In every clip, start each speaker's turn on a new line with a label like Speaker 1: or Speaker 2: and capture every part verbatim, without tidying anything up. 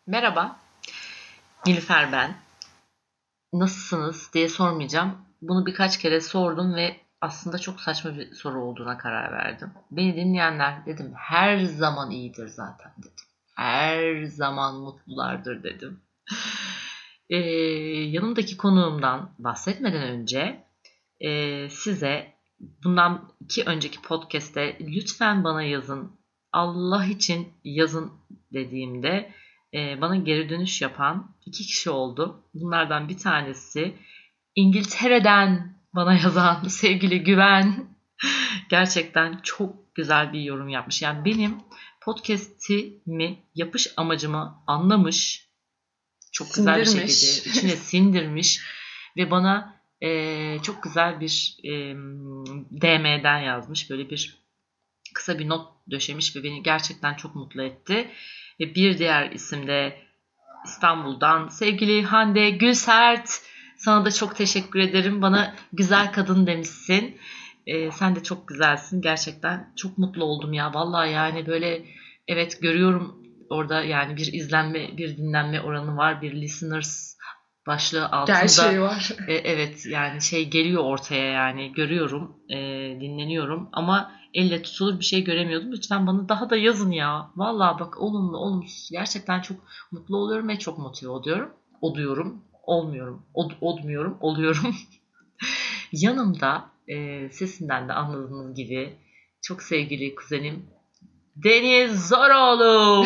Speaker 1: Merhaba, Nilüfer ben. Nasılsınız diye sormayacağım. Bunu birkaç kere sordum ve aslında çok saçma bir soru olduğuna karar verdim. Beni dinleyenler dedim her zaman iyidir zaten dedim. Her zaman mutlulardır dedim. Ee, yanımdaki konuğumdan bahsetmeden önce e, size bundan iki önceki podcast'te lütfen bana yazın, Allah için yazın dediğimde e, bana geri dönüş yapan iki kişi oldu. Bunlardan bir tanesi İngiltere'den bana yazan sevgili Güven. Gerçekten çok güzel bir yorum yapmış. Yani benim podcast'imi yapış amacımı anlamış. Çok
Speaker 2: sindirmiş.
Speaker 1: Güzel bir şekilde içine sindirmiş ve bana e, çok güzel bir e, D M'den yazmış. Böyle bir kısa bir not döşemiş ve beni gerçekten çok mutlu etti. Ve bir diğer isim de İstanbul'dan sevgili Hande Gülsert. Sana da çok teşekkür ederim. Bana güzel kadın demişsin. Ee, sen de çok güzelsin. Gerçekten çok mutlu oldum ya. Vallahi yani böyle evet görüyorum orada yani bir izlenme, bir dinlenme oranı var. Bir listeners başlığı altında.
Speaker 2: Gerçeği var.
Speaker 1: E, evet yani şey geliyor ortaya yani görüyorum, e, dinleniyorum ama elle tutulur bir şey göremiyordum. Lütfen bana daha da yazın ya. Vallahi bak olumlu olumsuz gerçekten çok mutlu oluyorum ve çok motive oluyorum. Oluyorum, olmuyorum, od, olmuyorum, oluyorum. Yanımda e, sesinden de anladığınız gibi çok sevgili kuzenim Deniz Zoroğlu.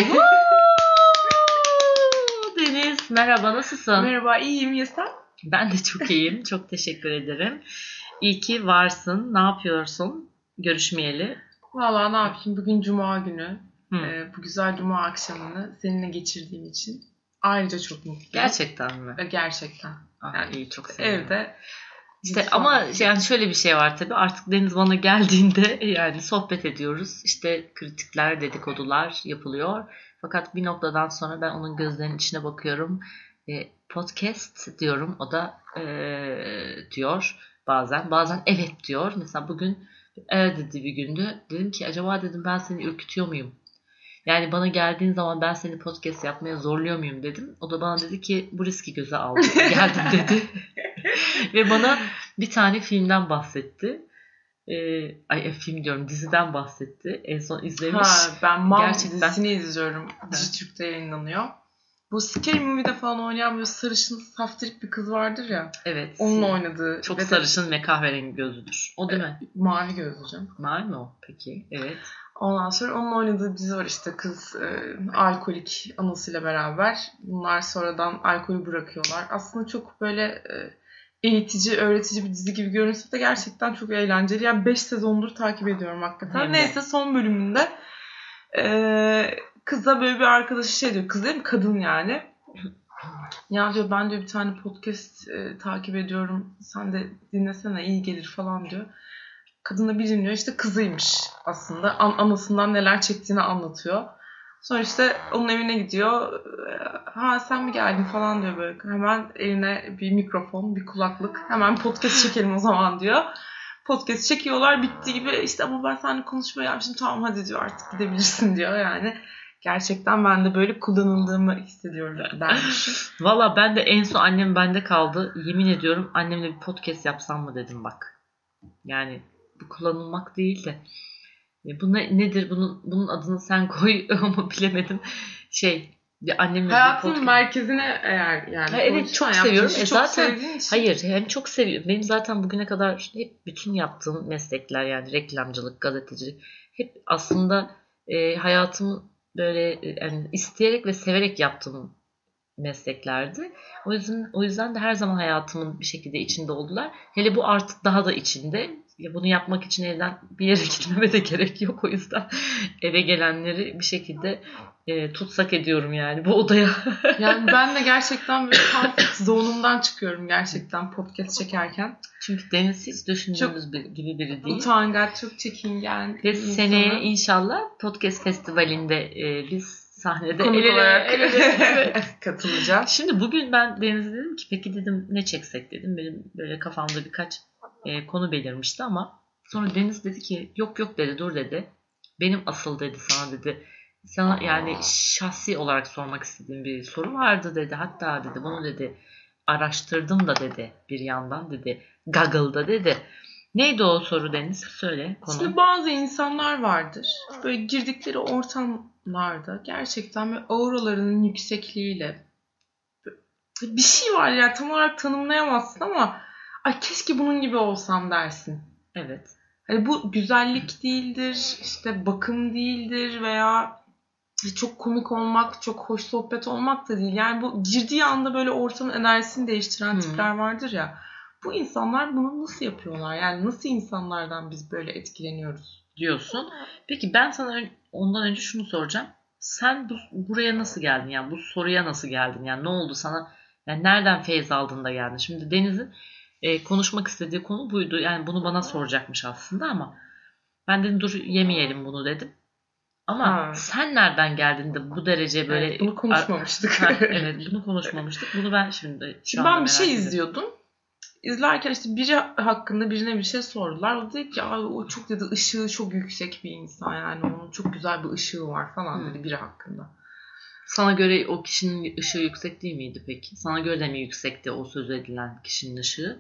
Speaker 1: Deniz merhaba, nasılsın?
Speaker 2: Merhaba, iyiyim ya sen?
Speaker 1: Ben de çok iyiyim. Çok teşekkür ederim. İyi ki varsın. Ne yapıyorsun? Görüşmeyeli.
Speaker 2: Vallahi ne yapayım? Bugün Cuma günü.
Speaker 1: Hı.
Speaker 2: Ee, bu güzel Cuma akşamını seninle geçirdiğim için ayrıca çok mutluyum.
Speaker 1: Gerçekten mi?
Speaker 2: Gerçekten.
Speaker 1: Ah,
Speaker 2: Yani
Speaker 1: iyi, çok sevindim.
Speaker 2: evde.
Speaker 1: İşte ama yani şöyle bir şey var tabii. Artık Deniz bana geldiğinde yani sohbet ediyoruz. İşte kritikler, dedikodular yapılıyor. Fakat bir noktadan sonra ben onun gözlerinin içine bakıyorum. E, podcast diyorum. O da e, diyor bazen. Bazen evet diyor. Mesela bugün evet dedi bir gündü. Dedim ki acaba dedim ben seni ürkütüyor muyum? Yani bana geldiğin zaman ben seni podcast yapmaya zorluyor muyum dedim. O da bana dedi ki bu riski göze aldım. Geldim dedi. Ve bana bir tane filmden bahsetti. Ee, ay film diyorum diziden bahsetti. En son izlemiş.
Speaker 2: Ha, ben Mom
Speaker 1: Gerçekten.
Speaker 2: dizisini izliyorum. Dijitürk'te yayınlanıyor. Bu Scary Movie'de falan oynayan böyle sarışın saftirik bir kız vardır ya.
Speaker 1: Evet.
Speaker 2: Onun oynadığı.
Speaker 1: Çok sarışın ve kahverengi gözlüdür. O değil mi?
Speaker 2: Mavi gözlü canım.
Speaker 1: Mavi mi o? Peki. Evet.
Speaker 2: Ondan sonra onun oynadığı dizi var işte kız e, alkolik anısıyla beraber. Bunlar sonradan alkolü bırakıyorlar. Aslında çok böyle e, eğitici, öğretici bir dizi gibi görünse de gerçekten çok eğlenceli. Yani beş sezondur takip ediyorum hakikaten.
Speaker 1: Hem de.
Speaker 2: Neyse son bölümünde e, kıza böyle bir arkadaşı şey diyor. Kız değil mi? Kadın yani. Ya diyor ben diyor bir tane podcast e, takip ediyorum. Sen de dinlesene iyi gelir falan diyor. Kadına bir dinliyor işte kızıymış aslında. An- anasından neler çektiğini anlatıyor. Sonra işte onun evine gidiyor. Ha sen mi geldin falan diyor böyle. Hemen eline bir mikrofon, bir kulaklık. Hemen podcast çekelim o zaman diyor. Podcast çekiyorlar. Bittiği gibi işte ama ben seninle konuşmaya yapmışım. Tamam hadi diyor artık gidebilirsin diyor yani. Gerçekten ben de böyle kullanıldığımı hissediyorum dermişim.
Speaker 1: Valla ben de en son annem bende kaldı. Yemin ediyorum annemle bir podcast yapsam mı dedim bak. Yani bu kullanılmak değil de bu ne, nedir bunun bunun adını sen koy ama bilemedim. Şey bir annemle
Speaker 2: hayatın
Speaker 1: bir podcast...
Speaker 2: merkezine eğer yani
Speaker 1: ha, evet çok seviyorum. E,
Speaker 2: çok
Speaker 1: zaten hayır hem çok seviyorum. Benim zaten bugüne kadar hep bütün yaptığım meslekler yani reklamcılık, gazetecilik hep aslında e, hayatımı böyle yani isteyerek ve severek yaptığım mesleklerdi. O yüzden o yüzden de her zaman hayatımın bir şekilde içinde oldular. Hele bu artık daha da içinde. Ya bunu yapmak için evden bir yere gitmeme de gerek yok. O yüzden eve gelenleri bir şekilde e, tutsak ediyorum yani bu odaya.
Speaker 2: Yani ben de gerçekten böyle comfort zone'umdan çıkıyorum gerçekten podcast çekerken.
Speaker 1: Çünkü Deniz hiç düşündüğümüz bir, gibi biri değil.
Speaker 2: Utangaç, çok çekingen.
Speaker 1: Ve seneye inşallah podcast festivalinde e, biz sahnede
Speaker 2: konuk olarak
Speaker 1: el ele
Speaker 2: katılacağız.
Speaker 1: Şimdi bugün ben Deniz'e dedim ki peki dedim ne çeksek dedim. Benim böyle kafamda birkaç e, konu belirmişti ama sonra Deniz dedi ki yok yok dedi dur dedi. Benim asıl dedi sana dedi sana yani şahsi olarak sormak istediğim bir soru vardı dedi. Hatta dedi bunu dedi araştırdım da dedi bir yandan dedi. Google'da dedi. Neydi o soru Deniz? Söyle konu.
Speaker 2: Şimdi bazı insanlar vardır. Böyle girdikleri ortamlarda gerçekten böyle auralarının yüksekliğiyle bir şey var ya, tam olarak tanımlayamazsın ama ay keşke bunun gibi olsam dersin.
Speaker 1: Evet.
Speaker 2: Hani bu güzellik değildir, işte bakım değildir veya çok komik olmak, çok hoş sohbet olmak da değil. Yani bu girdiği anda böyle ortamın enerjisini değiştiren hmm. tipler vardır ya. Bu insanlar bunu nasıl yapıyorlar? Yani nasıl insanlardan biz böyle etkileniyoruz
Speaker 1: diyorsun. Peki ben sana ondan önce şunu soracağım. Sen bu, buraya nasıl geldin? Yani bu soruya nasıl geldin? Yani ne oldu sana? Yani nereden feyz aldın da geldin? Şimdi Deniz'in e, konuşmak istediği konu buydu. Yani bunu bana soracakmış aslında ama ben dedim dur yemeyelim bunu dedim. Ama ha. sen nereden geldin de bu derece böyle...
Speaker 2: Evet, bunu konuşmamıştık.
Speaker 1: Ha, evet bunu konuşmamıştık. Bunu ben şimdi...
Speaker 2: Şimdi ben bir şey ediyorum. izliyordum. İzlerken işte biri hakkında birine bir şey sordular. O dedi ki o çok dedi ışığı çok yüksek bir insan, yani onun çok güzel bir ışığı var falan dedi hmm. biri hakkında.
Speaker 1: Sana göre o kişinin ışığı yüksek değil miydi peki? Sana göre de mi yüksekti o söz edilen kişinin ışığı?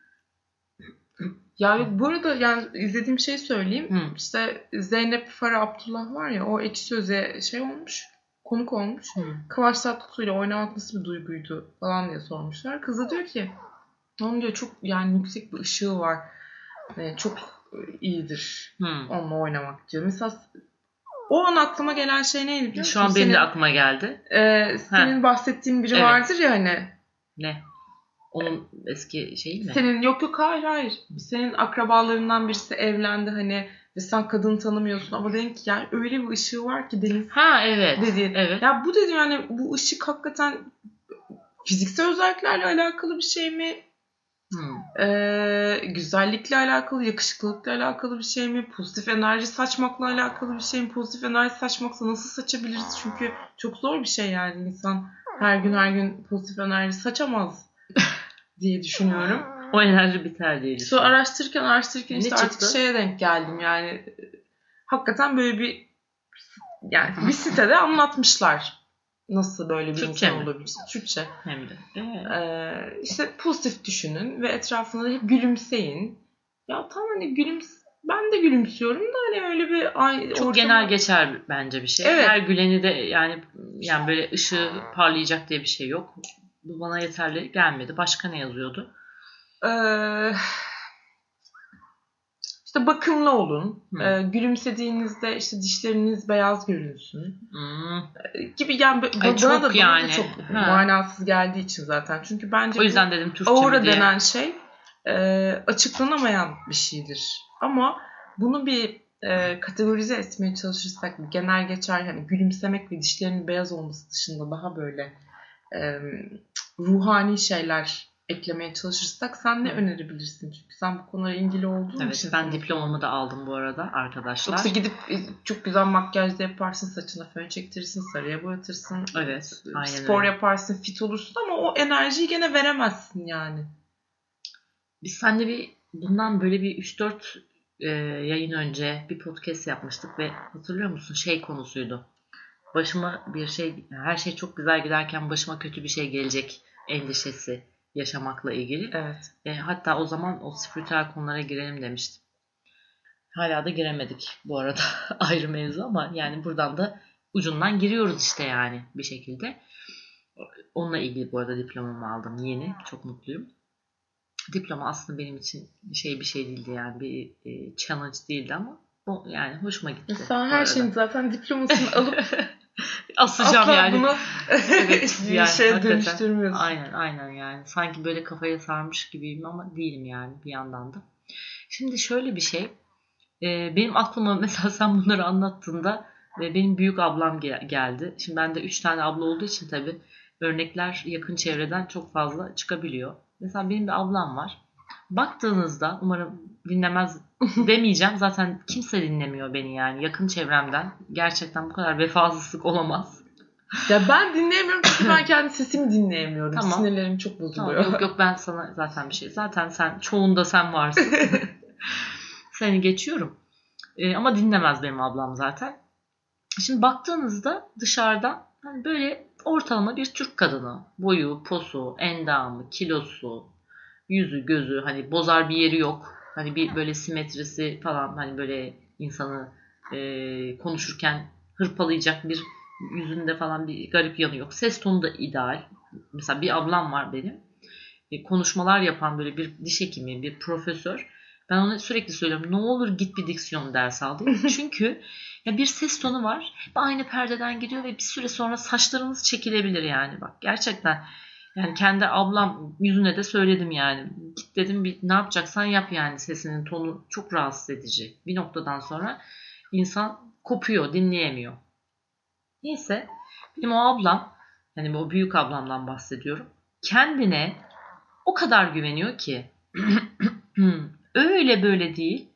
Speaker 2: Ya bu arada yani izlediğim şeyi söyleyeyim. Hmm. İşte Zeynep Fara Abdullah var ya, o Ekşi Söz'e şey olmuş, konuk olmuş. Hmm. Kıvanç Tatlıtuğ'yla oynamak nasıl bir duyguydu falan diye sormuşlar. Kız da diyor ki onun diyor çok yani yüksek bir ışığı var. Yani çok iyidir hmm. onunla oynamak diyor. Mesela o an aklıma gelen şey neydi biliyor musun?
Speaker 1: Şu an benim senin, de aklıma geldi.
Speaker 2: E, senin ha. bahsettiğin biri evet. vardır ya hani.
Speaker 1: Ne? Onun eski şeyi mi?
Speaker 2: Senin yok yok hayır hayır. Senin akrabalarından birisi evlendi hani ve sen kadını tanımıyorsun ama dedin ki yani öyle bir ışığı var ki Deniz.
Speaker 1: Ha evet.
Speaker 2: Dedi.
Speaker 1: Evet.
Speaker 2: Ya bu dedi yani bu ışık hakikaten fiziksel özelliklerle alakalı bir şey mi? Hmm. Ee, güzellikle alakalı, yakışıklılıkla alakalı bir şey mi? Pozitif enerji saçmakla alakalı bir şey mi? Pozitif enerji saçmaksa nasıl saçabiliriz? Çünkü çok zor bir şey yani, insan her gün her gün pozitif enerji saçamaz diye düşünüyorum.
Speaker 1: O enerji biter diye düşünüyorum.
Speaker 2: Sonra araştırırken araştırırken işte çıktı? Artık şeye denk geldim yani. Hakikaten böyle bir yani bir sitede anlatmışlar. Nasıl böyle bir
Speaker 1: Türkçe
Speaker 2: insan
Speaker 1: mi?
Speaker 2: olabilir? Türkçe.
Speaker 1: Hem de.
Speaker 2: Ee, işte pozitif düşünün ve etrafında hep gülümseyin. Ya tamam hani gülümse, ben de gülümsüyorum da hani öyle bir ay,
Speaker 1: çok ortama... genel geçer bence bir şey. Evet. Her güleni de yani yani böyle ışığı parlayacak diye bir şey yok. Bu bana yeterli gelmedi. Başka ne yazıyordu?
Speaker 2: Ee, işte bakımlı olun. Hmm. Ee, gülümsediğinizde işte dişleriniz beyaz görünsün. Hmm. Ee, gibi yani b- Ay, bana da yani. çok ha. manasız geldiği için zaten. Çünkü bence
Speaker 1: o yüzden dedim Türkçe
Speaker 2: aura
Speaker 1: diye.
Speaker 2: denen şey e, açıklanamayan bir şeydir. Ama bunu bir e, kategorize etmeye çalışırsak genel geçer hani gülümsemek ve dişlerinin beyaz olması dışında daha böyle e, ruhani şeyler eklemeye çalışırsak sen ne önerebilirsin? Çünkü sen bu konulara ilgili olduğun
Speaker 1: evet,
Speaker 2: için.
Speaker 1: Evet, ben diplomamı da aldım bu arada arkadaşlar.
Speaker 2: Yoksa gidip çok güzel makyaj da yaparsın, saçına fön çektirirsin, sarıya boyatırsın.
Speaker 1: Evet, aynen
Speaker 2: spor
Speaker 1: öyle.
Speaker 2: yaparsın, fit olursun ama o enerjiyi gene veremezsin yani.
Speaker 1: Biz seninle bir bundan böyle bir üç dört e, yayın önce bir podcast yapmıştık ve hatırlıyor musun? Şey konusuydu. Başıma bir şey, her şey çok güzel giderken başıma kötü bir şey gelecek endişesi yaşamakla ilgili.
Speaker 2: Evet.
Speaker 1: E, hatta o zaman o spiritüel konulara girelim demiştim. Hala da giremedik bu arada ayrı mevzu ama yani buradan da ucundan giriyoruz işte yani bir şekilde. Onunla ilgili bu arada diplomamı aldım yeni. Çok mutluyum. Diploma aslında benim için şey bir şey değildi yani bir e, challenge değildi ama o yani hoşuma gitti.
Speaker 2: Sen her şeyin zaten diplomasını alıp
Speaker 1: asacağım
Speaker 2: asla
Speaker 1: yani.
Speaker 2: bunu evet, bir yani, şeye dönüştürmüyorsun.
Speaker 1: Aynen aynen yani. Sanki böyle kafaya sarmış gibiyim ama değilim yani bir yandan da. Şimdi şöyle bir şey. E, benim aklıma mesela sen bunları anlattığında e, benim büyük ablam gel- geldi. Şimdi bende üç tane abla olduğu için tabii örnekler yakın çevreden çok fazla çıkabiliyor. Mesela benim bir ablam var. Baktığınızda umarım dinlemez demeyeceğim. Zaten kimse dinlemiyor beni yani yakın çevremden. Gerçekten bu kadar vefasızlık olamaz.
Speaker 2: Ya ben dinleyemiyorum çünkü ben kendi sesimi dinleyemiyorum. Tamam. Sinirlerim çok bozuluyor.
Speaker 1: Tamam. Yok yok ben sana zaten bir şey. Zaten sen çoğunda sen varsın. Seni geçiyorum. Ee, ama dinlemez benim ablam zaten. Şimdi baktığınızda dışarıdan hani böyle ortalama bir Türk kadını. Boyu, posu, endamı, kilosu, yüzü, gözü, hani bozar bir yeri yok. Hani bir böyle simetrisi falan, hani böyle insanı e, konuşurken hırpalayacak bir yüzünde falan bir garip yanı yok. Ses tonu da ideal. Mesela bir ablam var benim. E, konuşmalar yapan böyle bir diş hekimi, bir profesör. Ben ona sürekli söylüyorum, ne olur git bir diksiyon dersi al diye. Çünkü ya bir ses tonu var. Hep aynı perdeden gidiyor ve bir süre sonra saçlarınız çekilebilir yani. Bak gerçekten, yani kendi ablam yüzüne de söyledim yani. Git dedim, bir ne yapacaksan yap yani, sesinin tonu çok rahatsız edici. Bir noktadan sonra insan kopuyor, dinleyemiyor. Neyse, benim o ablam, yani o büyük ablamdan bahsediyorum. Kendine o kadar güveniyor ki öyle böyle değil.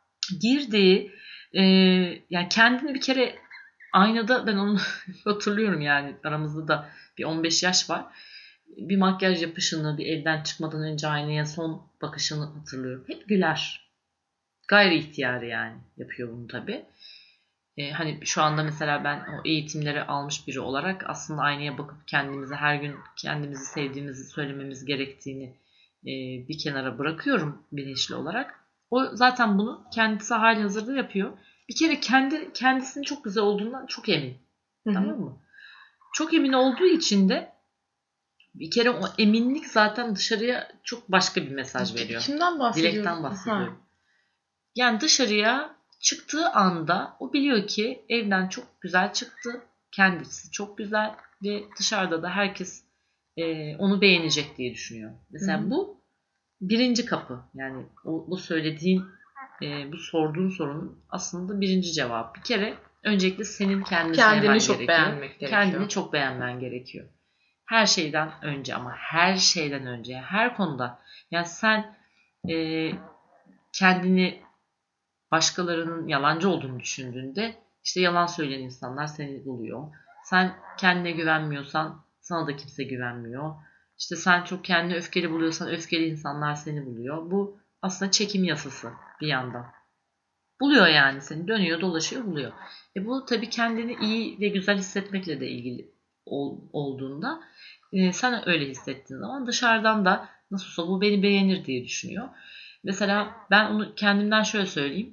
Speaker 1: Girdiği e, yani kendini bir kere aynada, ben onu hatırlıyorum yani, aramızda da bir on beş yaş var. Bir makyaj yapışını, bir evden çıkmadan önce aynaya son bakışını hatırlıyorum. Hep güler. Gayri ihtiyari yani yapıyor bunu tabii. E, hani şu anda mesela ben o eğitimleri almış biri olarak aslında aynaya bakıp kendimize her gün kendimizi sevdiğimizi söylememiz gerektiğini e, bir kenara bırakıyorum bilinçli olarak. O zaten bunu kendisi hali hazırda yapıyor. Bir kere kendi kendisinin çok güzel olduğundan çok emin. Hı-hı. Tamam mı? Çok emin olduğu için de bir kere o eminlik zaten dışarıya çok başka bir mesaj veriyor.
Speaker 2: Kimden bahsediyorsun?
Speaker 1: Dilekten bahsediyorum. Ha. Yani dışarıya çıktığı anda o biliyor ki evden çok güzel çıktı. Kendisi çok güzel ve dışarıda da herkes e, onu beğenecek diye düşünüyor. Mesela Hı-hı. bu birinci kapı. Yani o, bu söylediğin, e, bu sorduğun sorunun aslında birinci cevabı. Bir kere öncelikle senin kendini, kendini sevmen çok gerekiyor. Beğenmek gerekiyor. Kendini çok beğenmen gerekiyor. Her şeyden önce, ama her şeyden önce, her konuda. Yani sen e, kendini başkalarının yalancı olduğunu düşündüğünde işte yalan söyleyen insanlar seni buluyor. Sen kendine güvenmiyorsan sana da kimse güvenmiyor. İşte sen çok kendini öfkeli buluyorsan öfkeli insanlar seni buluyor. Bu aslında çekim yasası bir yandan. Buluyor yani seni, dönüyor dolaşıyor buluyor. E bu tabii kendini iyi ve güzel hissetmekle de ilgili ol, olduğunda e, sen öyle hissettiğin zaman dışarıdan da nasıl olsa bu beni beğenir diye düşünüyor. Mesela ben onu kendimden şöyle söyleyeyim.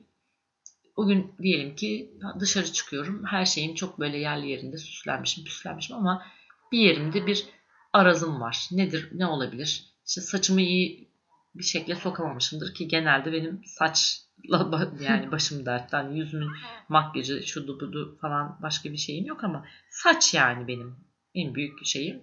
Speaker 1: O gün diyelim ki dışarı çıkıyorum. Her şeyim çok böyle yerli yerinde süslenmişim, püslenmişim ama bir yerimde bir arazım var. Nedir? Ne olabilir? İşte saçımı iyi bir şekilde sokamamışımdır ki genelde benim saçla yani başım dertte. Hani yüzümün makyajı, şudu budu falan başka bir şeyim yok ama saç yani benim en büyük şeyim.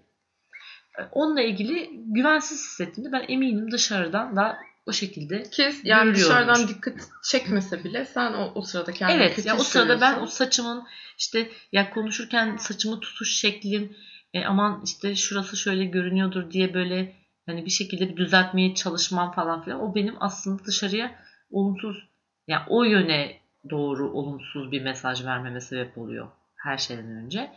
Speaker 1: Onunla ilgili güvensiz hissettiğimde ben eminim dışarıdan da o şekilde
Speaker 2: ki yani dışarıdan dikkat çekmese bile sen o, o sırada kendini
Speaker 1: evet, kötü ya o sırada ben o saçımın işte ya konuşurken saçımı tutuş şeklim e, aman işte şurası şöyle görünüyordur diye böyle hani bir şekilde bir düzeltmeye çalışmam falan filan, o benim aslında dışarıya olumsuz, yani o yöne doğru olumsuz bir mesaj vermeme sebep oluyor her şeyden önce.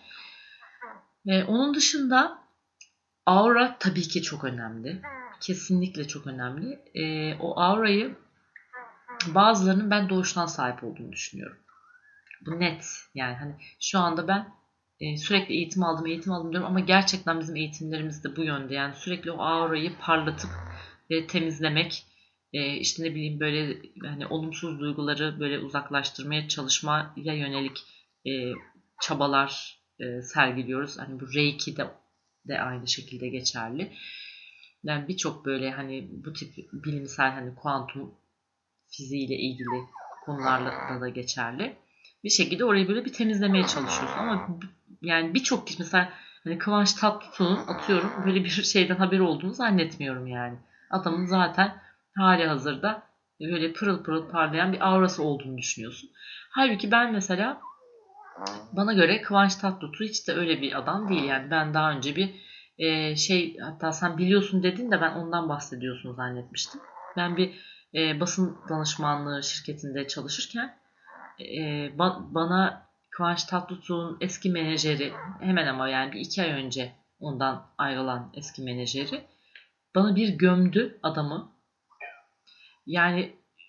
Speaker 1: E, onun dışında aura tabii ki çok önemli. Kesinlikle çok önemli. E, o aurayı bazılarının ben doğuştan sahip olduğunu düşünüyorum. Bu net. Yani hani şu anda ben e, sürekli eğitim aldım, eğitim aldım diyorum ama gerçekten bizim eğitimlerimiz de bu yönde. Yani sürekli o aurayı parlatıp ve temizlemek, e, işte ne bileyim böyle hani olumsuz duyguları böyle uzaklaştırmaya çalışmaya yönelik e, çabalar e, sergiliyoruz. Hani bu Reiki de de aynı şekilde geçerli. Yani birçok böyle hani bu tip bilimsel hani kuantum fiziğiyle ilgili konularla da geçerli. Bir şekilde orayı böyle bir temizlemeye çalışıyorsun ama yani birçok kişi mesela hani Kıvanç Tatlıtuğ'un atıyorum böyle bir şeyden haberi olduğunu zannetmiyorum yani. Adamın zaten hali hazırda böyle pırıl pırıl parlayan bir aurası olduğunu düşünüyorsun. Halbuki ben mesela bana göre Kıvanç Tatlıtuğ hiç de öyle bir adam değil yani. Ben daha önce bir e, şey, hatta sen biliyorsun dedin de ben ondan bahsediyorsun zannetmiştim. Ben bir e, basın danışmanlığı şirketinde çalışırken e, ba- bana Kıvanç Tatlıtuğ'un eski menajeri, hemen ama yani bir iki ay önce ondan ayrılan eski menajeri bana bir gömdü adamı. Yani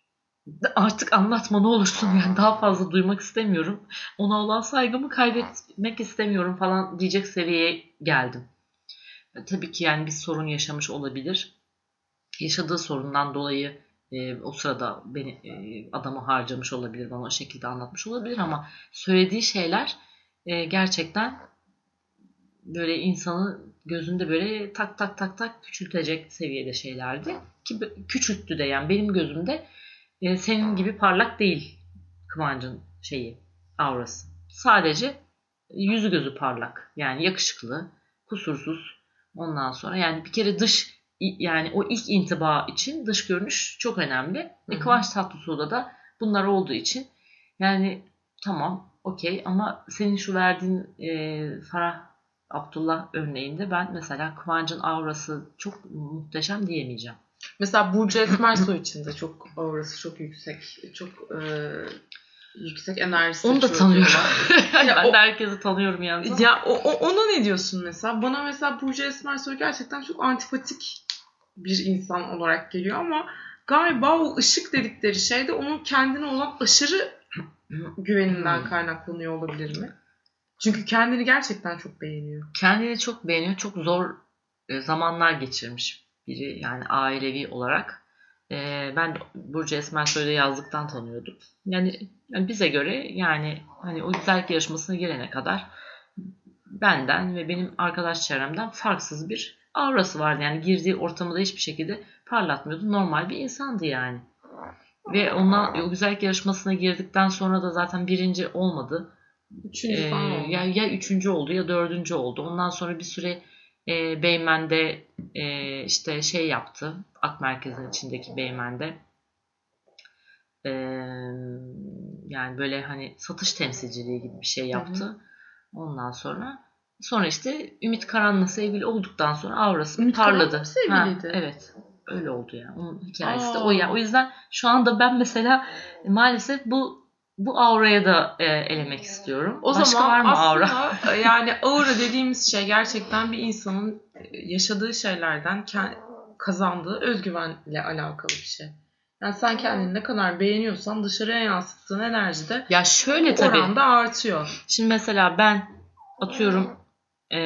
Speaker 1: Artık anlatma ne olursun yani daha fazla duymak istemiyorum. Ona olan saygımı kaybetmek istemiyorum falan diyecek seviyeye geldim. Tabii ki yani bir sorun yaşamış olabilir. Yaşadığı sorundan dolayı e, o sırada beni e, adamı harcamış olabilir, bana o şekilde anlatmış olabilir ama söylediği şeyler e, gerçekten böyle insanı gözünde böyle tak tak tak tak küçültecek seviyede şeylerdi. Ki küçülttü de yani benim gözümde e, senin gibi parlak değil Kıvancın şeyi, aurası. Sadece yüzü gözü parlak. Yani yakışıklı, kusursuz. Ondan sonra yani bir kere dış yani o ilk intiba için dış görünüş çok önemli. Ve Kıvanç Tatlıtuğ'da da bunlar olduğu için yani tamam okey ama senin şu verdiğin e, Farah Abdullah örneğinde ben mesela Kıvanç'ın aurası çok muhteşem diyemeyeceğim.
Speaker 2: Mesela Burcu Esmersoy için de çok aurası çok yüksek. Çok e, yüksek enerjisi.
Speaker 1: Onu da tanıyorum. ya ben o, de herkesi tanıyorum yalnız.
Speaker 2: Ya o, o, ona ne diyorsun mesela? Bana mesela Burcu Esmersoy gerçekten çok antipatik bir insan olarak geliyor ama galiba o ışık dedikleri şey de onun kendine olan aşırı güveninden hmm. kaynaklanıyor olabilir mi? Çünkü kendini gerçekten çok beğeniyor.
Speaker 1: Kendini çok beğeniyor. Çok zor zamanlar geçirmiş biri yani ailevi olarak. Ee, ben Burcu Esmersoy'da yazdıktan tanıyordum. Yani, yani bize göre yani hani o güzellik yarışmasına gelene kadar benden ve benim arkadaş çevremden farksız bir aurası vardı. Yani girdiği ortamı da hiçbir şekilde parlatmıyordu. Normal bir insandı yani. Ve ondan o güzellik yarışmasına girdikten sonra da zaten birinci olmadı.
Speaker 2: Üçüncü ee, falan oldu.
Speaker 1: Ya, ya üçüncü oldu ya dördüncü oldu. Ondan sonra bir süre e, Beymen'de e, işte şey yaptı. Ak Merkez'in içindeki Beymen'de. E, yani böyle hani satış temsilciliği gibi bir şey yaptı. Hı hı. Ondan sonra sonra işte Ümit Karan'la sevgili olduktan sonra aurası
Speaker 2: Ümit
Speaker 1: parladı.
Speaker 2: Karan sevgiliydi?
Speaker 1: Ha, evet. Öyle oldu yani. Onun hikayesi Aa. de o ya. O yüzden şu anda ben mesela maalesef bu bu auraya da e, elemek istiyorum.
Speaker 2: O
Speaker 1: Başka
Speaker 2: zaman
Speaker 1: var mı
Speaker 2: aslında
Speaker 1: aura?
Speaker 2: yani aura dediğimiz şey gerçekten bir insanın yaşadığı şeylerden kazandığı özgüvenle alakalı bir şey. Yani sen kendini ne kadar beğeniyorsan dışarıya yansıttığın enerji de
Speaker 1: ya şöyle tabii,
Speaker 2: oranda artıyor.
Speaker 1: Şimdi mesela ben atıyorum ee,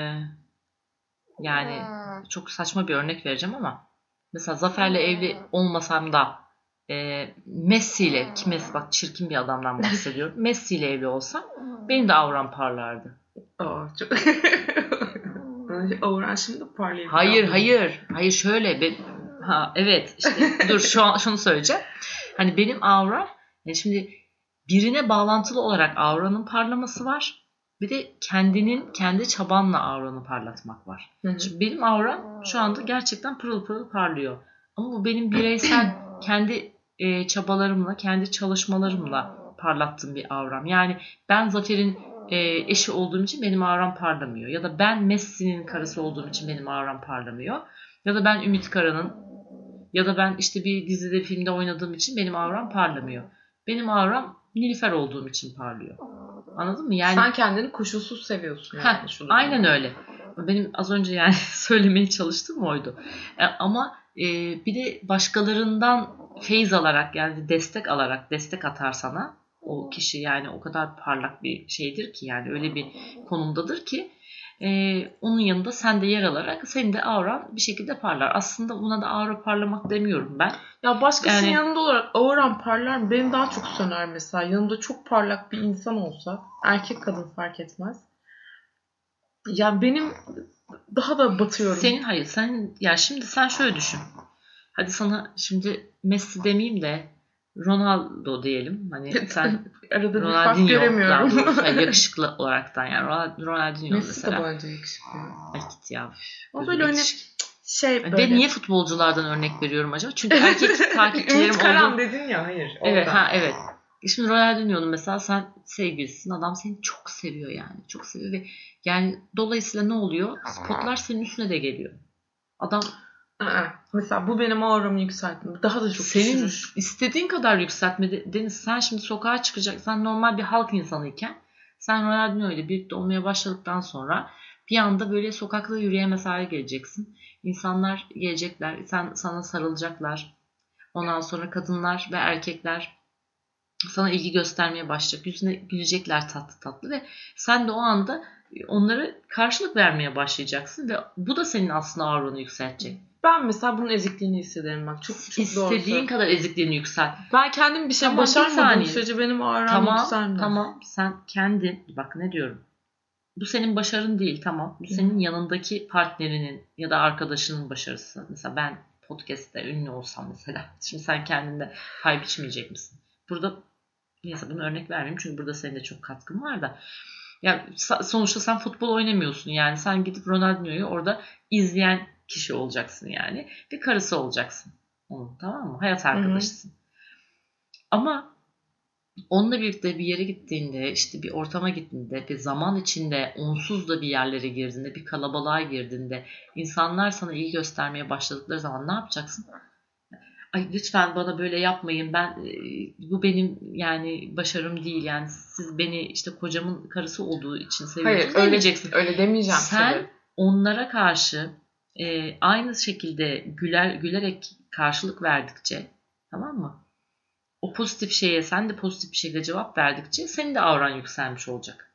Speaker 1: yani çok saçma bir örnek vereceğim ama mesela Zafer'le evli olmasam da e, Messi ile ki Messi bak çirkin bir adamdan bahsediyorum. Messi ile evli olsam benim de avram parlardı.
Speaker 2: Aa, çok... Auran şimdi parlayabilir.
Speaker 1: Hayır hayır. Hayır şöyle ben, ha evet işte dur şu an şunu söyleyeceğim. Hani benim auram yani şimdi birine bağlantılı olarak auranın parlaması var. Bir de kendinin kendi çabanla auranı parlatmak var. Hı hı. Şimdi benim auram şu anda gerçekten pırıl pırıl parlıyor. Ama bu benim bireysel kendi e, çabalarımla, kendi çalışmalarımla parlattığım bir auram. Yani ben Zafer'in e, eşi olduğum için benim auram parlamıyor. Ya da ben Messi'nin karısı olduğum için benim auram parlamıyor. Ya da ben Ümit Karan'ın ya da ben işte bir dizide, filmde oynadığım için benim auram parlamıyor. Benim auram Nilüfer olduğum için parlıyor. Anladın mı? Yani
Speaker 2: sen kendini koşulsuz seviyorsun. Yani
Speaker 1: heh, aynen öyle. Benim az önce yani söylemeye çalıştığım oydu. E, ama e, bir de başkalarından feyz alarak yani destek alarak destek atar sana o kişi yani o kadar parlak bir şeydir ki yani öyle bir konumdadır ki e, onun yanında sen de yer alarak senin de auran bir şekilde parlar. Aslında buna da aura parlamak demiyorum ben.
Speaker 2: Ya başkasının yani, yanında olarak auran parlar mı? Benim daha çok söner mesela. Yanımda çok parlak bir insan olsa erkek kadın fark etmez. Ya benim daha da batıyorum.
Speaker 1: Senin hayır sen ya şimdi sen şöyle düşün. Hadi sana şimdi Messi demeyeyim de Ronaldo diyelim. Hani sen
Speaker 2: arada bir fark göremiyorum.
Speaker 1: Yani yakışıklı olaraktan yani Ronaldinho
Speaker 2: Messi
Speaker 1: mesela.
Speaker 2: Messi de bence yakışıklı.
Speaker 1: Ay git ya.
Speaker 2: O böyle öyle şey böyle.
Speaker 1: Ve niye futbolculardan örnek veriyorum acaba? Çünkü erkek takipçilerim
Speaker 2: oldu. Karan dedin ya hayır.
Speaker 1: Evet ha evet. Şimdi Ronaldinho'nun mesela sen sevgilisin. Adam seni çok seviyor yani. Çok seviyor ve yani dolayısıyla ne oluyor? Spotlar senin üstüne de geliyor. Adam
Speaker 2: mesela bu benim auramı yükseltme. Daha da çok
Speaker 1: senin
Speaker 2: düşürür.
Speaker 1: istediğin kadar yükseltme Deniz. Sen şimdi sokağa çıkacaksan normal bir halk insanıyken sen Ronaldinho ile birlikte olmaya başladıktan sonra bir anda böyle sokakta yürüyemez hale geleceksin. İnsanlar gelecekler. Sen, sana sarılacaklar. Ondan sonra kadınlar ve erkekler sana ilgi göstermeye başlayacak. Yüzüne gülecekler tatlı tatlı ve sen de o anda onlara karşılık vermeye başlayacaksın ve bu da senin aslında auranı yükseltecek.
Speaker 2: Ben mesela bunun ezikliğini hissederim bak. Çok, çok
Speaker 1: İstediğin
Speaker 2: doğru.
Speaker 1: kadar ezikliğini yükselt.
Speaker 2: Ben kendim bir şey
Speaker 1: tamam,
Speaker 2: başarmadığım sürece benim auram
Speaker 1: tamam,
Speaker 2: yükselmez.
Speaker 1: Tamam sen kendin bak ne diyorum. Bu senin başarın değil tamam. Bu senin yanındaki partnerinin ya da arkadaşının başarısı. Mesela ben podcast'te ünlü olsam mesela. Şimdi sen kendinde pay biçmeyecek misin? Burada neyse bunu örnek vermeyeyim çünkü burada senin de çok katkın var da. Ya sonuçta sen futbol oynamıyorsun yani. Sen gidip Ronaldinho'yu orada izleyen kişi olacaksın yani. Bir karısı olacaksın. Onun, tamam mı? Hayat arkadaşısın. Hı-hı. Ama onunla birlikte bir yere gittiğinde, işte bir ortama gittiğinde, bir zaman içinde onsuz da bir yerlere girdiğinde, bir kalabalığa girdiğinde, insanlar sana ilgi göstermeye başladıkları zaman ne yapacaksın? Ay lütfen bana böyle yapmayın. Ben bu benim yani başarım değil. Yani siz beni işte kocamın karısı olduğu için seviyorsunuz.
Speaker 2: Hayır, öyle öyle demeyeceğim.
Speaker 1: Sen
Speaker 2: tabii.
Speaker 1: onlara karşı e, aynı şekilde güler gülerek karşılık verdikçe, tamam mı? O pozitif şeye sen de pozitif bir şekilde cevap verdikçe senin de auran yükselmiş olacak.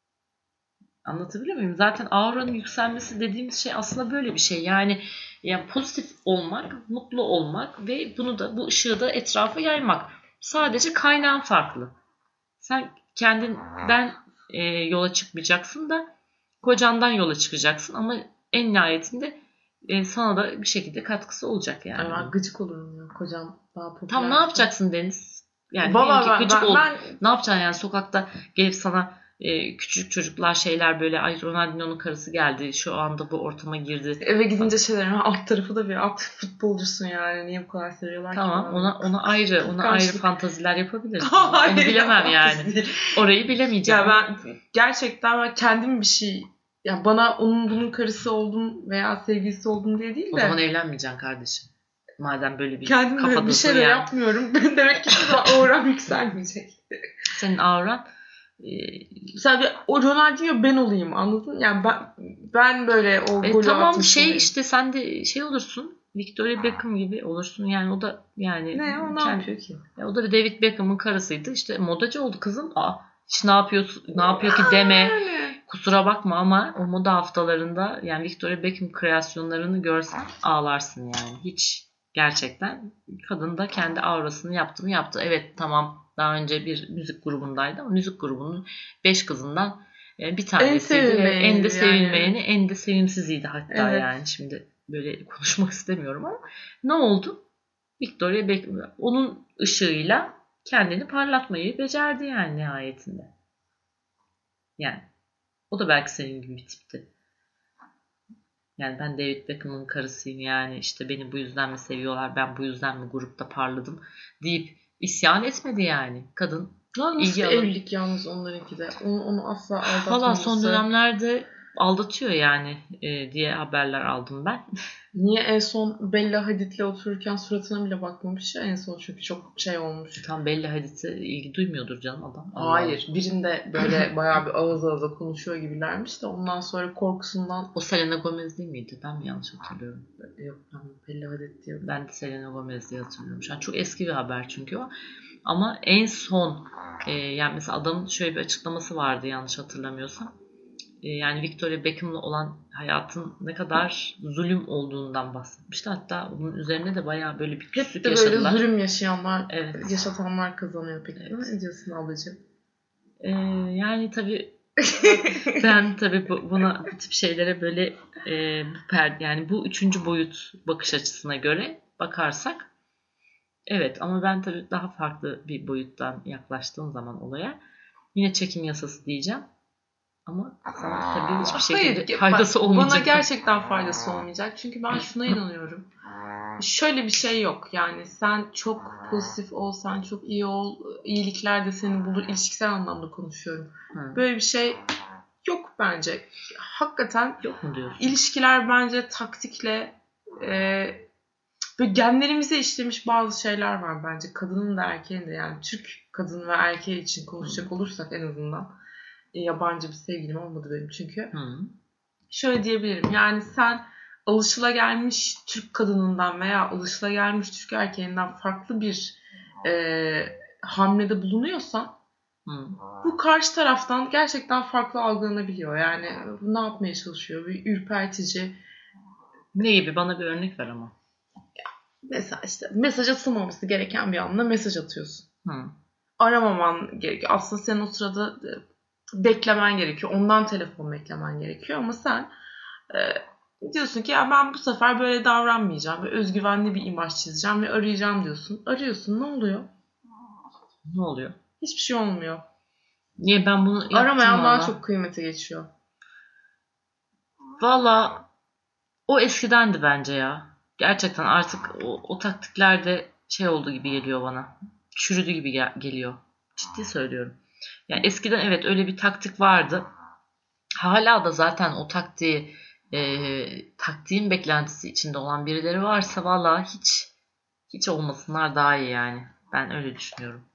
Speaker 1: Anlatabiliyor muyum? Zaten auranın yükselmesi dediğimiz şey aslında böyle bir şey. Yani yani pozitif olmak, mutlu olmak ve bunu da bu ışığı da etrafa yaymak. Sadece kaynağın farklı. Sen kendinden e, yola çıkmayacaksın da kocandan yola çıkacaksın ama en nihayetinde e, sana da bir şekilde katkısı olacak yani.
Speaker 2: Ben gıcık olurum ya kocam daha popüler.
Speaker 1: Tam ne yapacaksın Deniz? Yani
Speaker 2: Baba, ben,
Speaker 1: gıcık
Speaker 2: ben,
Speaker 1: ol.
Speaker 2: ben...
Speaker 1: Ne yapacaksın yani sokakta gelip sana e, küçük çocuklar şeyler böyle ay Ronaldinho'nun karısı geldi şu anda bu ortama girdi.
Speaker 2: Eve gidince şeyler alt tarafı da bir alt futbolcusun yani niye bu kadar seviyorlar
Speaker 1: tamam,
Speaker 2: ki?
Speaker 1: Tamam ona ona ayrı ona
Speaker 2: Karşılık.
Speaker 1: ayrı fantaziler yapabilirsin. Onu bilemem yani. Orayı bilemeyeceğim.
Speaker 2: Ya ben gerçekten ben kendim bir şey ya bana onun bunun karısı oldum veya sevgilisi oldum diye değil de.
Speaker 1: O zaman evlenmeyeceksin kardeşim. Madem böyle bir
Speaker 2: kendim
Speaker 1: kafadasın
Speaker 2: bir şey de
Speaker 1: yani.
Speaker 2: yapmıyorum. Demek ki auram yükselmeyecek.
Speaker 1: Senin auran e...
Speaker 2: sadece o Ronaldinho ben olayım anladın? Yani ben ben böyle o
Speaker 1: e,
Speaker 2: golü
Speaker 1: tamam şey
Speaker 2: olayım.
Speaker 1: işte sen de şey olursun. Victoria Beckham gibi olursun. Yani o da yani
Speaker 2: ne o ne kendi, yapıyor ki?
Speaker 1: Ya o da David Beckham'ın karısıydı. İşte modacı oldu kızım. Aa, hiç ne yapıyor ne yapıyor ki deme. Kusura bakma ama o moda haftalarında yani Victoria Beckham kreasyonlarını görsen ağlarsın yani. Hiç gerçekten kadın da kendi aurasını yaptı mı yaptı. Evet tamam daha önce bir müzik grubundaydı ama müzik grubunun beş kızından bir tanesiydi. En, en de sevilmeyeni, yani. En de sevimsiziydi hatta evet. Yani şimdi böyle konuşmak istemiyorum ama ne oldu? Victoria Beckham onun ışığıyla kendini parlatmayı becerdi yani nihayetinde. Yani o da belki senin gibi bir tipti. Yani ben David Beckham'ın karısıyım yani işte beni bu yüzden mi seviyorlar ben bu yüzden mi grupta parladım deyip isyan etmedi yani. Kadın
Speaker 2: lan nasıl bir evlilik yalnız onlarınki de. Onu, onu asla aldatmaması.
Speaker 1: Valla son dönemlerde aldatıyor yani e, diye haberler aldım ben.
Speaker 2: Niye en son Bella Hadid'le otururken suratına bile bakmamış ya en son çünkü çok şey olmuş.
Speaker 1: Tam Bella Hadid'e ilgi duymuyordur canım adam.
Speaker 2: Hayır. Allah. Birinde böyle bayağı bir ağız ağza konuşuyor gibilermiş de ondan sonra korkusundan.
Speaker 1: O Selena Gomez değil miydi? Ben mi yanlış hatırlıyorum?
Speaker 2: Yok ben Bella Hadid diyorum.
Speaker 1: Ben de Selena Gomez diye hatırlıyorum. Şu an çok eski bir haber çünkü o. Ama en son e, yani mesela adamın şöyle bir açıklaması vardı yanlış hatırlamıyorsam. E, yani Victoria Beckham'la olan hayatın ne kadar zulüm olduğundan bahsetmişti. Hatta bunun üzerine de bayağı böyle bir küslük yaşadılar.
Speaker 2: Böyle zulüm yaşayanlar,
Speaker 1: evet.
Speaker 2: yaşatanlar kazanıyor peki.
Speaker 1: Evet.
Speaker 2: Ne diyorsun ablacığım?
Speaker 1: E, yani tabii ben tabii bu, buna bu tip şeylere böyle e, yani bu üçüncü boyut bakış açısına göre bakarsak evet ama ben tabii daha farklı bir boyuttan yaklaştığım zaman olaya yine çekim yasası diyeceğim. Ama sana tabii hiçbir şekilde Hayır, faydası
Speaker 2: bak,
Speaker 1: olmayacak.
Speaker 2: Bana gerçekten faydası olmayacak. Çünkü ben şuna inanıyorum. Şöyle bir şey yok. Yani sen çok pozitif ol, sen çok iyi ol. İyilikler de seni bulur. İlişkisel anlamda konuşuyorum. Hı. Böyle bir şey yok bence. Hakikaten
Speaker 1: yok mu diyorsun?
Speaker 2: İlişkiler bence taktikle e, böyle genlerimize işlemiş bazı şeyler var bence. Kadının da erkeğin de yani Türk kadın ve erkeği için konuşacak Hı. olursak en azından. Yabancı bir sevgilim olmadı benim çünkü.
Speaker 1: Hı.
Speaker 2: Şöyle diyebilirim. Yani sen alışılagelmiş Türk kadınından veya alışılagelmiş Türk erkeğinden farklı bir e, hamlede bulunuyorsan
Speaker 1: Hı.
Speaker 2: bu karşı taraftan gerçekten farklı algılanabiliyor. Yani ne yapmaya çalışıyor? Bir ürpertici.
Speaker 1: Ne gibi? Bana bir örnek ver ama.
Speaker 2: Mesela işte mesaj atılmaması gereken bir anda mesaj atıyorsun.
Speaker 1: Hı.
Speaker 2: Aramaman gerekiyor. Aslında senin o sırada beklemen gerekiyor. Ondan telefon beklemen gerekiyor ama sen e, diyorsun ki ya ben bu sefer böyle davranmayacağım. Böyle özgüvenli bir imaj çizeceğim ve arayacağım diyorsun. Arıyorsun, ne oluyor?
Speaker 1: Ne oluyor?
Speaker 2: Hiçbir şey olmuyor.
Speaker 1: Niye ben bunu yaptım
Speaker 2: Aramayan daha
Speaker 1: valla?
Speaker 2: çok kıymete geçiyor.
Speaker 1: Valla o eskidendi bence ya. Gerçekten artık o, o taktikler de şey oldu gibi geliyor bana. Çürüdü gibi gel- geliyor. Ciddi söylüyorum. Yani eskiden evet öyle bir taktik vardı. Hala da zaten o taktiği e, taktiğin beklentisi içinde olan birileri varsa valla hiç hiç olmasınlar daha iyi yani. Ben öyle düşünüyorum.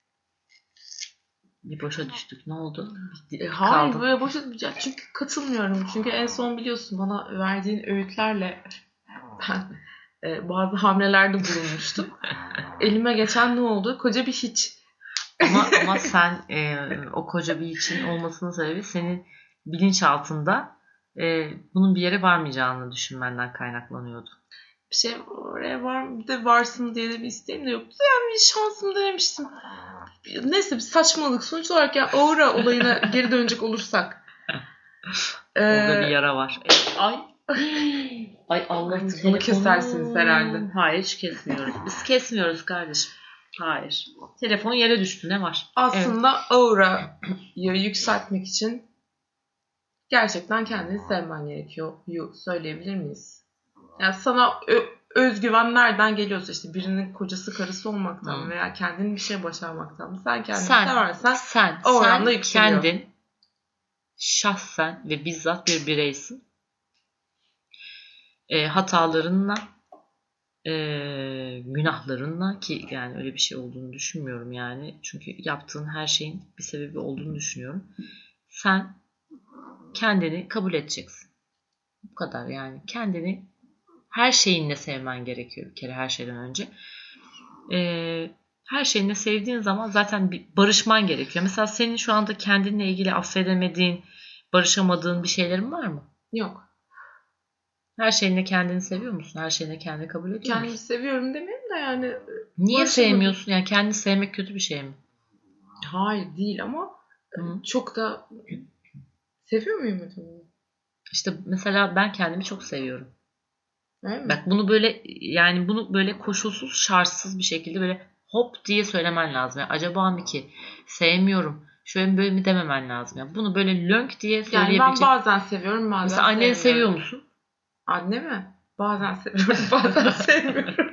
Speaker 1: Bir boşa düştük. Ne oldu? Bitti,
Speaker 2: E, hayır
Speaker 1: kaldım.
Speaker 2: böyle boşa ya çünkü katılmıyorum. Çünkü en son biliyorsun bana verdiğin öğütlerle ben e, bazı hamlelerde bulunmuştum. Elime geçen ne oldu? Koca bir hiç.
Speaker 1: Ama ama sen e, o koca bir için olmasının sebebi senin bilinçaltında e, bunun bir yere varmayacağını düşünmenden kaynaklanıyordu.
Speaker 2: Bir şey oraya var bir de varsın diye de bir isteğim de yoktu. Yani bir şansım denemiştim. Neyse bir saçmalık. Sonuç olarak ya aura olayına geri dönecek olursak.
Speaker 1: Orada bir
Speaker 2: Ee,
Speaker 1: yara var. Ay. Ay Allah'ım
Speaker 2: Artık bunu kesersiniz herhalde.
Speaker 1: Hayır hiç kesmiyoruz. Biz kesmiyoruz kardeşim. Hayır. Telefon yere düştü. Ne var?
Speaker 2: Aslında evet. Aura'yı yükseltmek için gerçekten kendini sevmen gerekiyor. Söyleyebilir miyiz? Yani sana ö- özgüven nereden geliyorsa işte birinin kocası karısı olmaktan hmm. veya kendin bir şey başarmaktan sen kendini sen, seversen
Speaker 1: sen,
Speaker 2: Aura'nda
Speaker 1: sen
Speaker 2: yükseliyor.
Speaker 1: Kendin şahsen ve bizzat bir bireysin. E, hatalarınla e, günahlarınla ki yani öyle bir şey olduğunu düşünmüyorum yani. Çünkü yaptığın her şeyin bir sebebi olduğunu düşünüyorum. Sen kendini kabul edeceksin. Bu kadar yani. Kendini her şeyinle sevmen gerekiyor bir kere her şeyden önce. Ee, her şeyinle sevdiğin zaman zaten bir barışman gerekiyor. Mesela senin şu anda kendinle ilgili affedemediğin, barışamadığın bir şeylerin var mı?
Speaker 2: Yok.
Speaker 1: Her şeyinle kendini seviyor musun? Her şeyinle kendini kabul ediyor
Speaker 2: Kendimi
Speaker 1: musun?
Speaker 2: seviyorum demeyeyim de yani.
Speaker 1: Niye sevmiyorsun? Yani kendini sevmek kötü bir şey mi?
Speaker 2: Hayır değil ama Hı. çok da seviyor muyum acaba?
Speaker 1: İşte mesela ben kendimi çok seviyorum.
Speaker 2: Değil
Speaker 1: Bak bunu böyle yani bunu böyle koşulsuz şartsız bir şekilde böyle hop diye söylemen lazım. Yani acaba mı ki sevmiyorum şöyle böyle mi dememen lazım. Yani bunu böyle lönk diye söyleyebilecek.
Speaker 2: Yani ben bazen seviyorum bazen
Speaker 1: mesela anneni seviyor musun?
Speaker 2: Anne mi? Bazen seviyorum bazen sevmiyorum.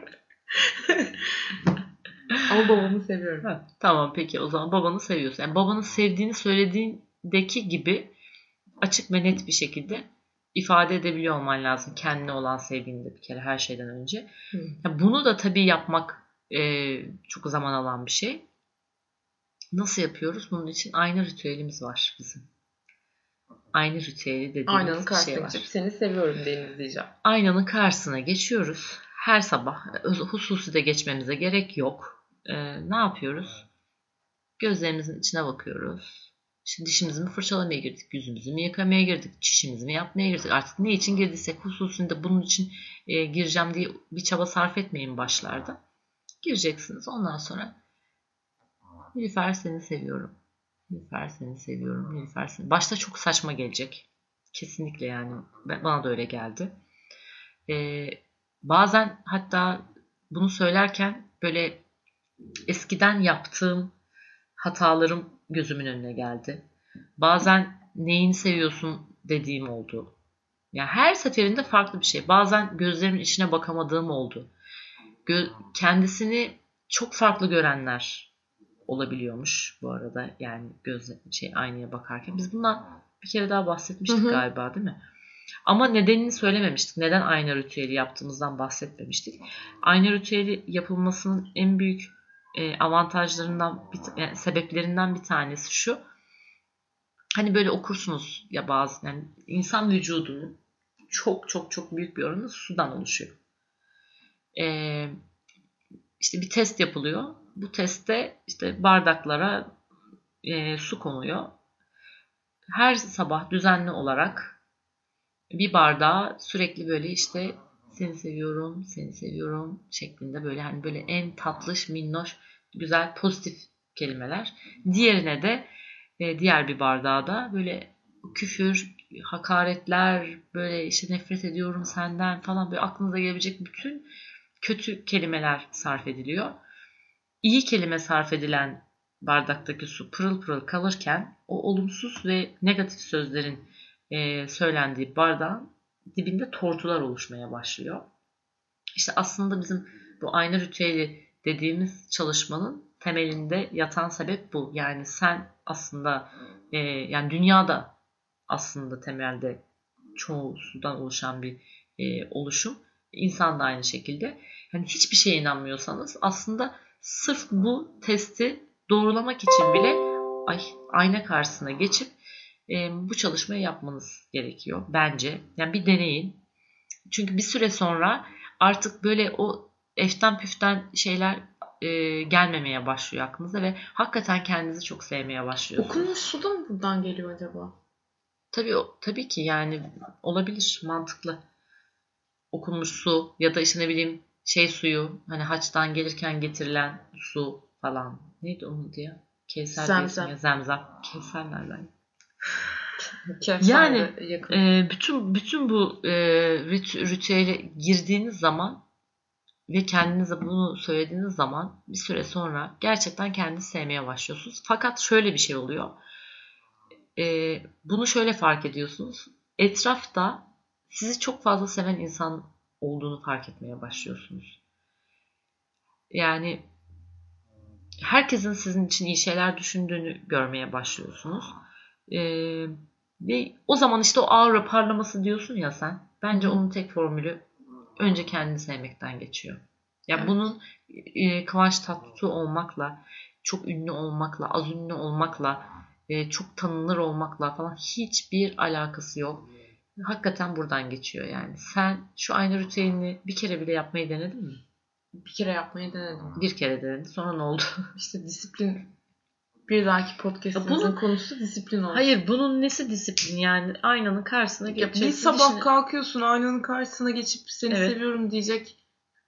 Speaker 2: Ama babamı seviyorum.
Speaker 1: Ha, tamam peki o zaman babanı seviyorsun. Yani babanı sevdiğini söylediğindeki gibi açık ve net bir şekilde ifade edebiliyor olman lazım. Kendine olan sevgini de bir kere her şeyden önce. Hmm. Bunu da tabii yapmak e, çok zaman alan bir şey. Nasıl yapıyoruz? Bunun için ayna ritüelimiz var bizim. Ayna ritüeli dediğimiz
Speaker 2: Aynanın
Speaker 1: bir
Speaker 2: karşısına
Speaker 1: şey var.
Speaker 2: geçip seni seviyorum Deniz diyeceğim.
Speaker 1: Aynanın karşısına geçiyoruz. Her sabah hususi de geçmemize gerek yok. Ee, ne yapıyoruz? Gözlerimizin içine bakıyoruz. İşte dişimizi mi fırçalamaya girdik, yüzümüzü mü yıkamaya girdik, çişimizi mi yapmaya girdik. Artık ne için girdiysek hususunda bunun için e, gireceğim diye bir çaba sarf etmeyin başlarda. Gireceksiniz. Ondan sonra Nilüfer seni seviyorum. Nilüfer seni seviyorum. Nilüfer seni. Başta çok saçma gelecek. Kesinlikle yani. Bana da öyle geldi. Ee, bazen hatta bunu söylerken böyle eskiden yaptığım hatalarım gözümün önüne geldi. Bazen neyini seviyorsun dediğim oldu. Yani her seferinde farklı bir şey. Bazen gözlerimin içine bakamadığım oldu. Gö- kendisini çok farklı görenler olabiliyormuş bu arada. Yani göz şey aynaya bakarken. Biz bundan bir kere daha bahsetmiştik hı hı. galiba değil mi? Ama nedenini söylememiştik. Neden ayna ritüeli yaptığımızdan bahsetmemiştik. Ayna ritüeli yapılmasının en büyük e, avantajlarından, bir, yani sebeplerinden bir tanesi şu. Hani böyle okursunuz ya bazı yani insan vücudunun çok çok çok büyük bir oranı sudan oluşuyor. Ee, işte bir test yapılıyor. Bu testte işte bardaklara e, su konuyor. Her sabah düzenli olarak bir bardağa sürekli böyle işte seni seviyorum, seni seviyorum şeklinde böyle hani böyle en tatlış, minnoş, güzel, pozitif kelimeler. Diğerine de e, diğer bir bardağa da böyle küfür, hakaretler, böyle işte nefret ediyorum senden falan böyle aklınıza gelebilecek bütün kötü kelimeler sarf ediliyor. İyi kelime sarf edilen bardaktaki su pırıl pırıl kalırken o olumsuz ve negatif sözlerin e, söylendiği bardağın dibinde tortular oluşmaya başlıyor. İşte aslında bizim bu ayna ritüeli dediğimiz çalışmanın temelinde yatan sebep bu. Yani sen aslında e, yani dünyada aslında temelde çoğu sudan oluşan bir e, oluşum. İnsan da aynı şekilde. Yani hiçbir şeye inanmıyorsanız aslında sırf bu testi doğrulamak için bile ay, ayna karşısına geçip e, bu çalışmayı yapmanız gerekiyor bence. Yani bir deneyin. Çünkü bir süre sonra artık böyle o eften püften şeyler e, gelmemeye başlıyor aklınıza ve hakikaten kendinizi çok sevmeye başlıyorsunuz.
Speaker 2: Okunmuş su da mı buradan geliyor acaba?
Speaker 1: Tabii tabii ki yani olabilir, mantıklı. Okunmuş su ya da işte ne bileyim şey suyu hani haçtan gelirken getirilen su falan. Neydi onun diye? Kevser diyorsun ya, zemzem. Kevser nereden? Yani e, bütün bütün bu e, rit- ritüele girdiğiniz zaman ve kendinize bunu söylediğiniz zaman bir süre sonra gerçekten kendinizi sevmeye başlıyorsunuz. Fakat şöyle bir şey oluyor. E, bunu şöyle fark ediyorsunuz. Etrafta sizi çok fazla seven insan olduğunu fark etmeye başlıyorsunuz. Yani herkesin sizin için iyi şeyler düşündüğünü görmeye başlıyorsunuz. E, ve o zaman işte o aura parlaması diyorsun ya sen. Bence onun tek formülü önce kendini sevmekten geçiyor. Ya evet. Bunun e, Kıvanç Tatlıtuğ olmakla, çok ünlü olmakla, az ünlü olmakla, e, çok tanınır olmakla falan hiçbir alakası yok. Hakikaten buradan geçiyor yani. Sen şu aynı ritüelini bir kere bile yapmayı denedin mi?
Speaker 2: Bir kere yapmayı denedim.
Speaker 1: Bir kere denedin. Sonra ne oldu?
Speaker 2: İşte disiplin. Bir dahaki podcastimizin bunun, konusu disiplin olsun.
Speaker 1: Hayır, bunun nesi disiplin yani? Aynanın karşısına geçeceksin.
Speaker 2: Bir sabah işini... kalkıyorsun, aynanın karşısına geçip seni evet. seviyorum diyecek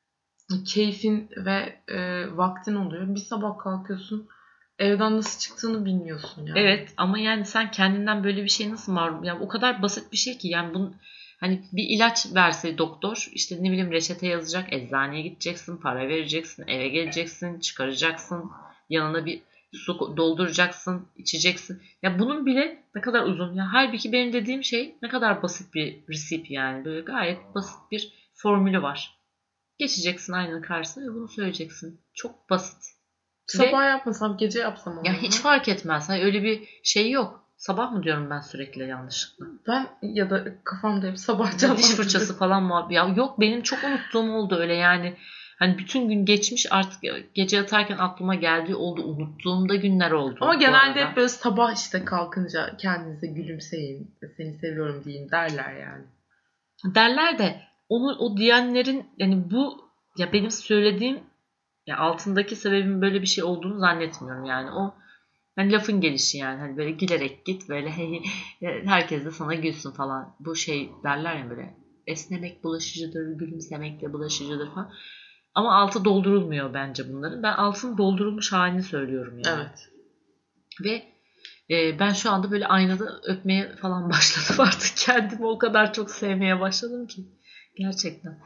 Speaker 2: keyfin ve e, vaktin oluyor. Bir sabah kalkıyorsun, evden nasıl çıktığını bilmiyorsun yani.
Speaker 1: Evet ama yani sen kendinden böyle bir şey nasıl mahrum? Yani o kadar basit bir şey ki yani bunun hani bir ilaç verse doktor işte ne bileyim reçete yazacak, eczaneye gideceksin, para vereceksin, eve geleceksin, çıkaracaksın, yanına bir su dolduracaksın, içeceksin. Ya bunun bile ne kadar uzun. Ya halbuki benim dediğim şey ne kadar basit bir resip yani. Böyle gayet basit bir formülü var. Geçeceksin aynanın karşısına ve bunu söyleyeceksin. Çok basit.
Speaker 2: Sabah ve, yapmasam gece yapsam.
Speaker 1: Ya hiç fark etmez. Hani öyle bir şey yok. Sabah mı diyorum ben sürekli yanlışlıkla?
Speaker 2: Ben ya da kafamda hep sabah canlandı.
Speaker 1: Diş fırçası falan mı? Ya yok benim çok unuttuğum oldu öyle yani. Hani bütün gün geçmiş artık gece yatarken aklıma geldiği oldu. Unuttuğumda günler oldu.
Speaker 2: Ama genelde hep böyle sabah işte kalkınca kendinize gülümseyin, seni seviyorum diyeyim derler yani.
Speaker 1: Derler de onu o diyenlerin yani bu ya benim söylediğim ya altındaki sebebin böyle bir şey olduğunu zannetmiyorum yani. O hani lafın gelişi yani hani böyle gülerek git böyle herkes de sana gülsün falan. Bu şey derler ya böyle esnemek bulaşıcıdır, gülümsemek de bulaşıcıdır falan. Ama altı doldurulmuyor bence bunların. Ben altın doldurulmuş halini söylüyorum yani.
Speaker 2: Evet.
Speaker 1: Ve e, ben şu anda böyle aynada öpmeye falan başladım artık. Kendimi o kadar çok sevmeye başladım ki. Gerçekten.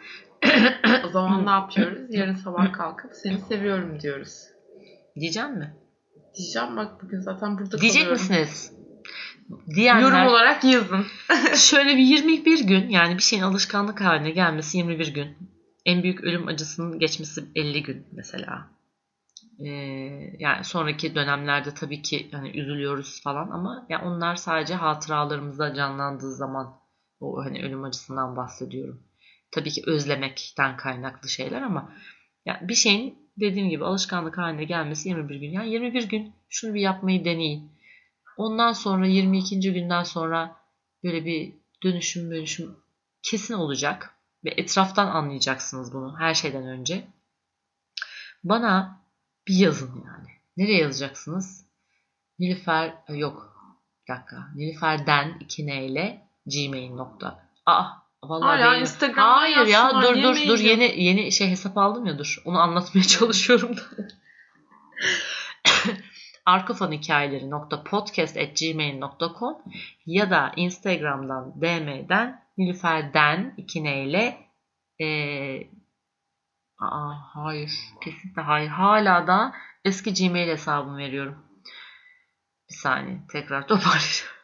Speaker 2: O zaman ne yapıyoruz? Yarın sabah kalkıp seni seviyorum diyoruz.
Speaker 1: Diyeceğim mi?
Speaker 2: Diyeceğim bak bugün zaten burada
Speaker 1: Diyecek
Speaker 2: kalıyorum.
Speaker 1: Diyecek misiniz? Diyenler,
Speaker 2: yorum olarak yazın.
Speaker 1: Şöyle bir yirmi bir gün yani bir şeyin alışkanlık haline gelmesi yirmi bir gün. En büyük ölüm acısının geçmesi elli gün mesela. Ee, yani sonraki dönemlerde tabii ki yani üzülüyoruz falan ama ya onlar sadece hatıralarımızda canlandığı zaman o hani ölüm acısından bahsediyorum. Tabii ki özlemekten kaynaklı şeyler ama yani bir şeyin dediğim gibi alışkanlık haline gelmesi yirmi bir gün. Yani yirmi bir gün şunu bir yapmayı deneyin. Ondan sonra yirmi ikinci günden sonra böyle bir dönüşüm dönüşüm kesin olacak ve etraftan anlayacaksınız bunu her şeyden önce. Bana bir yazın yani. Nereye yazacaksınız? Nilüfer yok. Bir dakika. Nilüferden iki n ile gmail nokta. Aa vallahi
Speaker 2: Hala
Speaker 1: değil.
Speaker 2: Instagram'dan
Speaker 1: Hayır ya
Speaker 2: yazsınlar,
Speaker 1: dur
Speaker 2: niye
Speaker 1: dur
Speaker 2: mail
Speaker 1: dur
Speaker 2: yazsın?
Speaker 1: yeni yeni şey hesap aldım ya dur. Onu anlatmaya çalışıyorum da. arkafonhikayeleri nokta podcast at gmail nokta com ya da Instagram'dan D M'den Nilüferden iki n ile ee, aa hayır kesinlikle hayır. Hala da eski Gmail hesabımı veriyorum. Bir saniye tekrar toparlayacağım.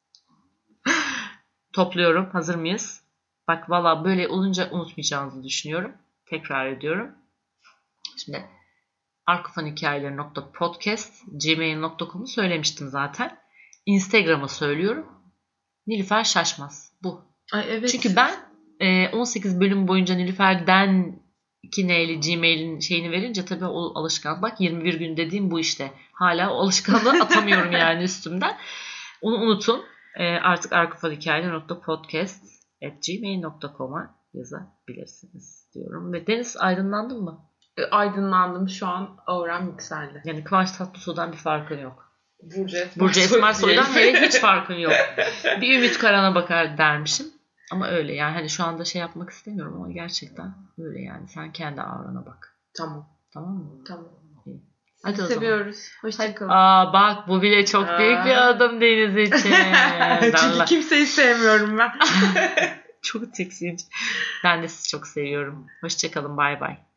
Speaker 1: Topluyorum. Hazır mıyız? Bak valla böyle olunca unutmayacağınızı düşünüyorum. Tekrar ediyorum. Şimdi arkafonhikayeleri nokta podcast gmail nokta com'u söylemiştim zaten. Instagram'ı söylüyorum. Nilüfer Şaşmaz. Bu.
Speaker 2: Ay evet.
Speaker 1: Çünkü ben on sekiz bölüm boyunca Nilüfer'den iki neyli Gmail'in şeyini verince tabii o alışkanlık. Bak yirmi bir gün dediğim bu işte. Hala o alışkanlığı atamıyorum yani üstümden. Onu unutun. E, artık arkafonhikayeleri nokta podcast at gmail nokta com'a yazabilirsiniz diyorum. Ve Deniz aydınlandın mı?
Speaker 2: E, aydınlandım. Şu an auram yükseldi.
Speaker 1: Yani Kıvanç Tatlıtuğ'dan bir farkın yok.
Speaker 2: Burcu Esmer,
Speaker 1: Burcu Esmer Soy'dan hele hiç farkın yok. Bir Ümit Karan'a bakar dermişim. Ama öyle yani hani şu anda şey yapmak istemiyorum ama gerçekten öyle yani. Sen kendi aurana bak.
Speaker 2: Tamam.
Speaker 1: Tamam mı?
Speaker 2: Tamam.
Speaker 1: İyi. Hadi o
Speaker 2: seviyoruz.
Speaker 1: zaman.
Speaker 2: Hoşçakalın.
Speaker 1: Aa bak bu bile çok
Speaker 2: Aa.
Speaker 1: büyük bir adım Deniz için.
Speaker 2: Çünkü kimseyi sevmiyorum ben.
Speaker 1: Çok tiksinç. Ben de sizi çok seviyorum. Hoşçakalın. Bay bay.